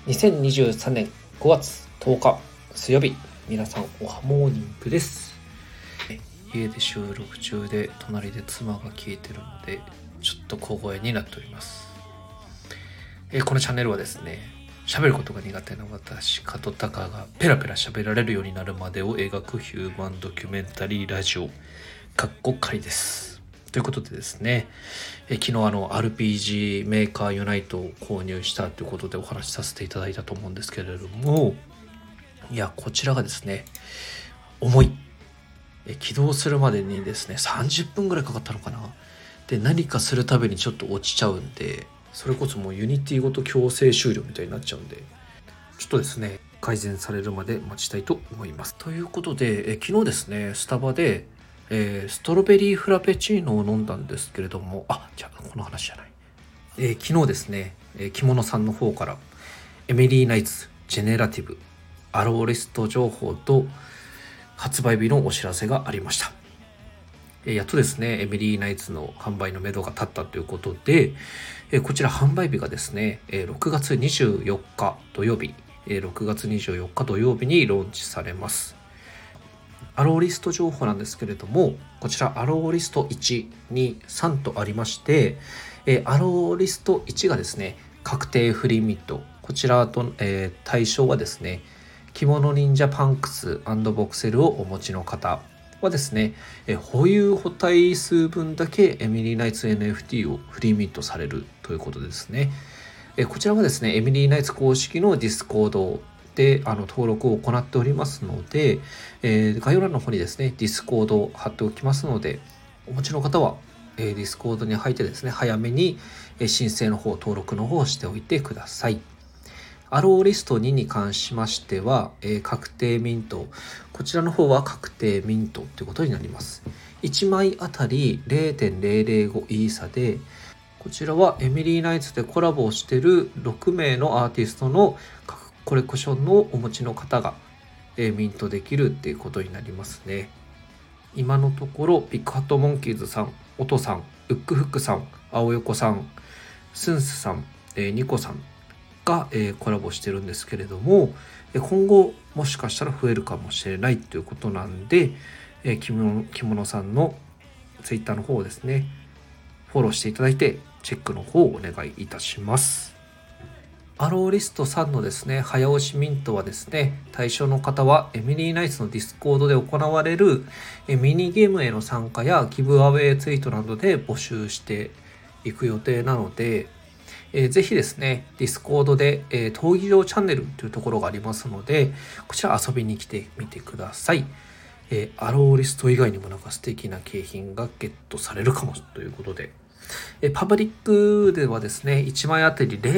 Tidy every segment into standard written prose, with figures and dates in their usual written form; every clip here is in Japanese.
2023年5月10日水曜日、皆さんおはモーニングです。家で収録中で隣で妻が聞いてるのでちょっと小声になっております。このチャンネルはですね、喋ることが苦手な私加藤隆がペラペラ喋られるようになるまでを描くヒューマンドキュメンタリーラジオ仮です。ということでですね、昨日RPG メーカーユナイトを購入したということでお話しさせていただいたと思うんですけれども、いやこちらがですね、重い、起動するまでにですね30分ぐらいかかったのかな。で何かするたびにちょっと落ちちゃうんで、それこそもうユニティごと強制終了みたいになっちゃうんで、ちょっとですね改善されるまで待ちたいと思います。ということで、昨日ですねスタバでストロベリーフラペチーノを飲んだんですけれども、じゃあこの話じゃない、昨日ですね、着物さんの方からエミリーナイツジェネラティブアローリスト情報と発売日のお知らせがありました。やっとですねエミリーナイツの販売の目処が立ったということで、こちら販売日がですね6月24日土曜日6月24日土曜日にローンチされます。アローリスト情報なんですけれども、こちらアローリスト1、2、3とありまして、アローリスト1がですね確定フリーミット、こちらと、対象はですね着物忍者パンクス&ボクセルをお持ちの方はですね、保有補体数分だけエミリーナイツ NFT をフリーミットされるということですね。こちらはですねエミリーナイツ公式のディスコードで登録を行っておりますので、概要欄の方にですねディスコードを貼っておきますので、お持ちの方は、ディスコードに入ってですね早めに、申請の方登録の方をしておいてください。アローリスト2に関しましては、確定ミント、こちらの方は確定ミントということになります。1枚あたり 0.005 イーサで、こちらはエミリーナイツでコラボをしている6名のアーティストのコレクションのお持ちの方が、ミントできるっていうことになりますね。今のところピックハットモンキーズさん、オトさん、ウックフックさん、青横さん、スンスさん、ニコさんが、コラボしてるんですけれども、今後もしかしたら増えるかもしれないということなんで、着物さんのツイッターの方をですねフォローしていただいてチェックの方をお願いいたします。アローリスト3のですね早押しミントはですね、対象の方はエミリーナイツのディスコードで行われるミニゲームへの参加やギブアウェイツイートなどで募集していく予定なので、ぜひですねディスコードで、闘技場チャンネルというところがありますので、こちら遊びに来てみてください。アローリスト以外にもなんか素敵な景品がゲットされるかもということで、パブリックではですね1枚あたり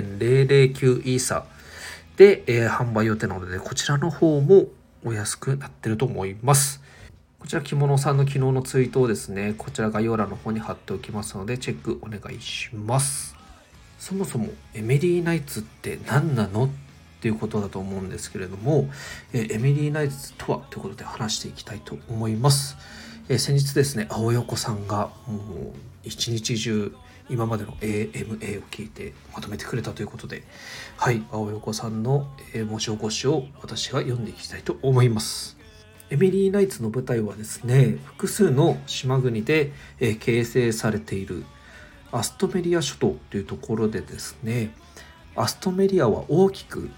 0.009 イーサで、販売予定なので、こちらの方もお安くなってると思います。こちら着物さんの昨日のツイートをですねこちら概要欄の方に貼っておきますのでチェックお願いします。そもそもエミリーナイツって何なのっていうことだと思うんですけれども、エミリーナイツとはということで話していきたいと思います。先日ですね青横さんがもう一日中今までの AMA を聞いてまとめてくれたということで、はい青横さんの申し起こしを私が読んでいきたいと思います。エミリーナイツの舞台はですね複数の島国で形成されているアストメリア諸島というところでですね、アストメリアは大きく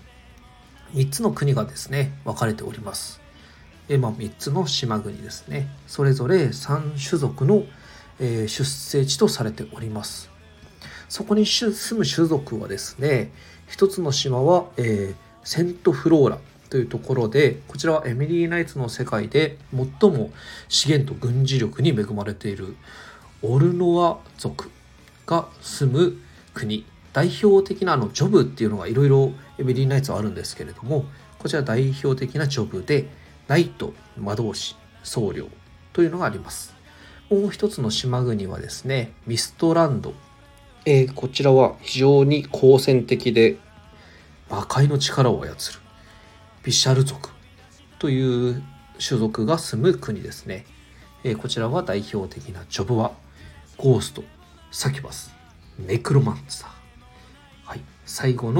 3つの国がですね分かれております。3つの島国ですね、それぞれ3種族の、出生地とされております。そこに住む種族はですね、一つの島は、セントフローラというところで、こちらはエミリーナイツの世界で最も資源と軍事力に恵まれているオルノア族が住む国、代表的なジョブっていうのがいろいろエミリーナイツはあるんですけれども、こちら代表的なジョブでナイト、魔導士、僧侶というのがあります。もう一つの島国はですねミストランド、こちらは非常に好戦的で魔界の力を操るビシャル族という種族が住む国ですね。こちらは代表的なジョブはゴースト、サキュバス、ネクロマンサー、最後の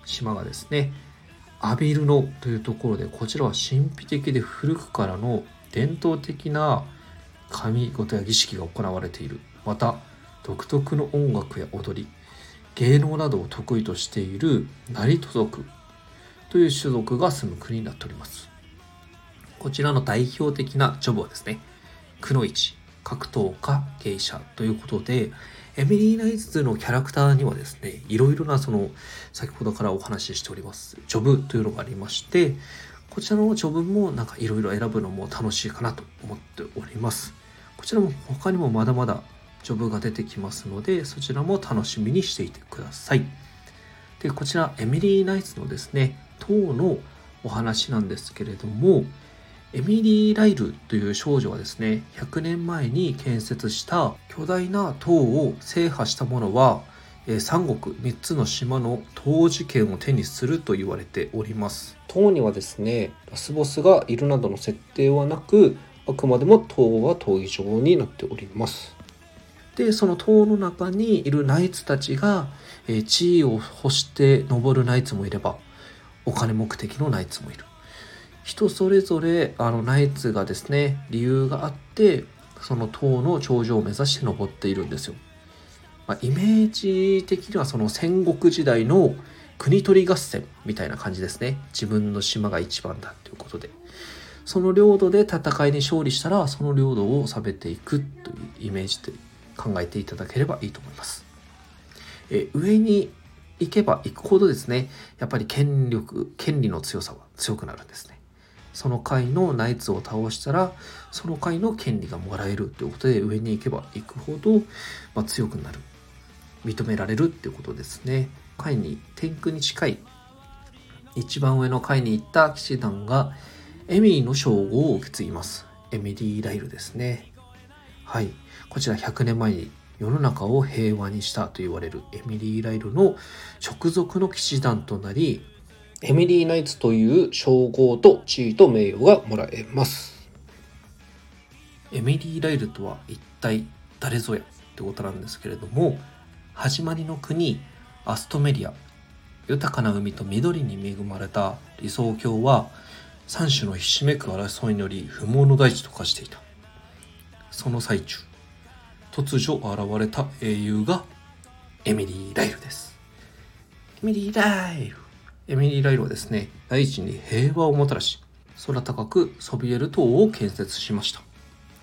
島がですね、アビルノというところで、こちらは神秘的で古くからの伝統的な神事や儀式が行われている。また独特の音楽や踊り、芸能などを得意としているナリト族という種族が住む国になっております。こちらの代表的なジョブはですね、くのいち、格闘家、芸者ということで、エミリーナイツのキャラクターにはですね、いろいろな先ほどからお話ししておりますジョブというのがありまして、こちらのジョブもなんかいろいろ選ぶのも楽しいかなと思っております。こちらも他にもまだまだジョブが出てきますので、そちらも楽しみにしていてください。で、こちらエミリーナイツのですね、塔のお話なんですけれども、エミリー・ライルという少女はですね、100年前に建設した巨大な塔を制覇した者は、三国3つの島の統治権を手にすると言われております。塔にはですね、ラスボスがいるなどの設定はなく、あくまでも塔は闘技場になっております。で、その塔の中にいるナイツたちが、地位を欲して登るナイツもいれば、お金目的のナイツもいる。人それぞれナイツがですね、理由があってその塔の頂上を目指して登っているんですよ。イメージ的にはその戦国時代の国取り合戦みたいな感じですね。自分の島が一番だということで、その領土で戦いに勝利したらその領土を治めていくというイメージで考えていただければいいと思います。上に行けば行くほどですね、やっぱり権利の強さは強くなるんですね。その階のナイツを倒したらその階の権利がもらえるということで、上に行けば行くほど、強くなる、認められるっていうことですね。階に天空に近い一番上の階に行った騎士団がエミリーの称号を受け継ぎます。エミリー・ライルですね。はい、こちら100年前に世の中を平和にしたと言われるエミリー・ライルの直属の騎士団となり、エミリーナイツという称号と地位と名誉がもらえます。エミリー・ライルとは一体誰ぞやってことなんですけれども、始まりの国アストメリア、豊かな海と緑に恵まれた理想郷は三種のひしめく争いにより不毛の大地と化していた。その最中、突如現れた英雄がエミリー・ライルです。エミリー・ライルはですね、大地に平和をもたらし、空高くそびえる塔を建設しました。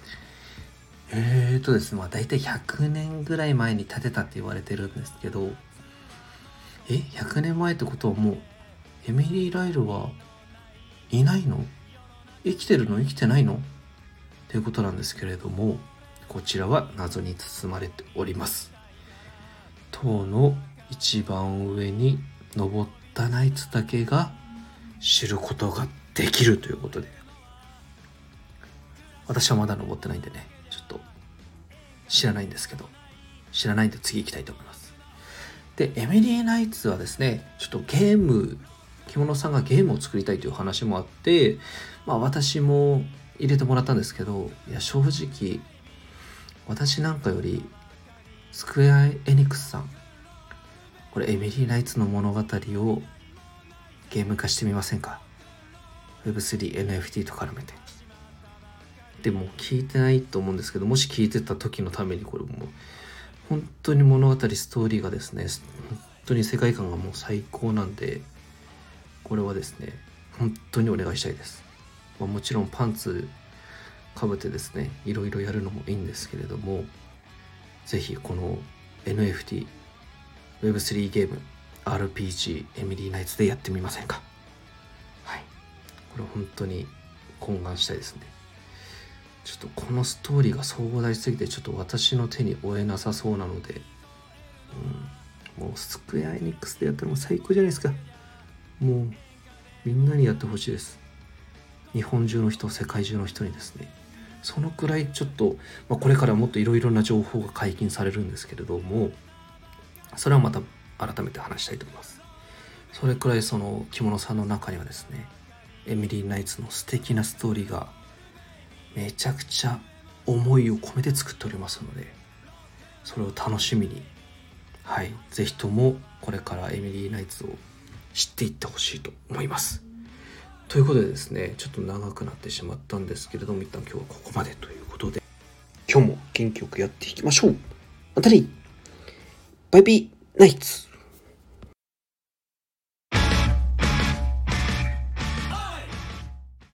ですね、だいたい100年ぐらい前に建てたって言われてるんですけど、100年前ってことはもうエミリー・ライルはいないの？生きてるの？生きてないの？っていうことなんですけれども、こちらは謎に包まれております。塔の一番上に登ったナイツだけが知ることができるということで、私はまだ登ってないんでね、ちょっと知らないんで次行きたいと思います。で、エミリーナイツはですね、ちょっと着物さんがゲームを作りたいという話もあって、私も入れてもらったんですけど、正直私なんかよりスクエア・エニックスさん、これエミリーナイツの物語をゲーム化してみませんか？ Web3、NFT と絡めて。でも聞いてないと思うんですけど、もし聞いてた時のために、これも本当に物語ストーリーがですね、本当に世界観がもう最高なんで、これはですね本当にお願いしたいです。もちろんパンツかぶってですね、いろいろやるのもいいんですけれども、ぜひこの NFT Web3 ゲーム RPG エミリーナイツでやってみませんか？はい、これ本当に懇願したいですね。ちょっとこのストーリーが壮大すぎてちょっと私の手に負えなさそうなので、もうスクエアエニックスでやったらもう最高じゃないですか。もうみんなにやってほしいです。日本中の人、世界中の人にですね。そのくらいちょっと、これからもっといろいろな情報が解禁されるんですけれども、それはまた改めて話したいと思います。それくらいその着物さんの中にはですね、エミリーナイツの素敵なストーリーがめちゃくちゃ思いを込めて作っておりますので、それを楽しみに、ぜひともこれからエミリーナイツを知っていってほしいと思います。ということでですね、ちょっと長くなってしまったんですけれども、一旦今日はここまでということで、今日も元気よくやっていきましょう。またね。バイビーナイツ。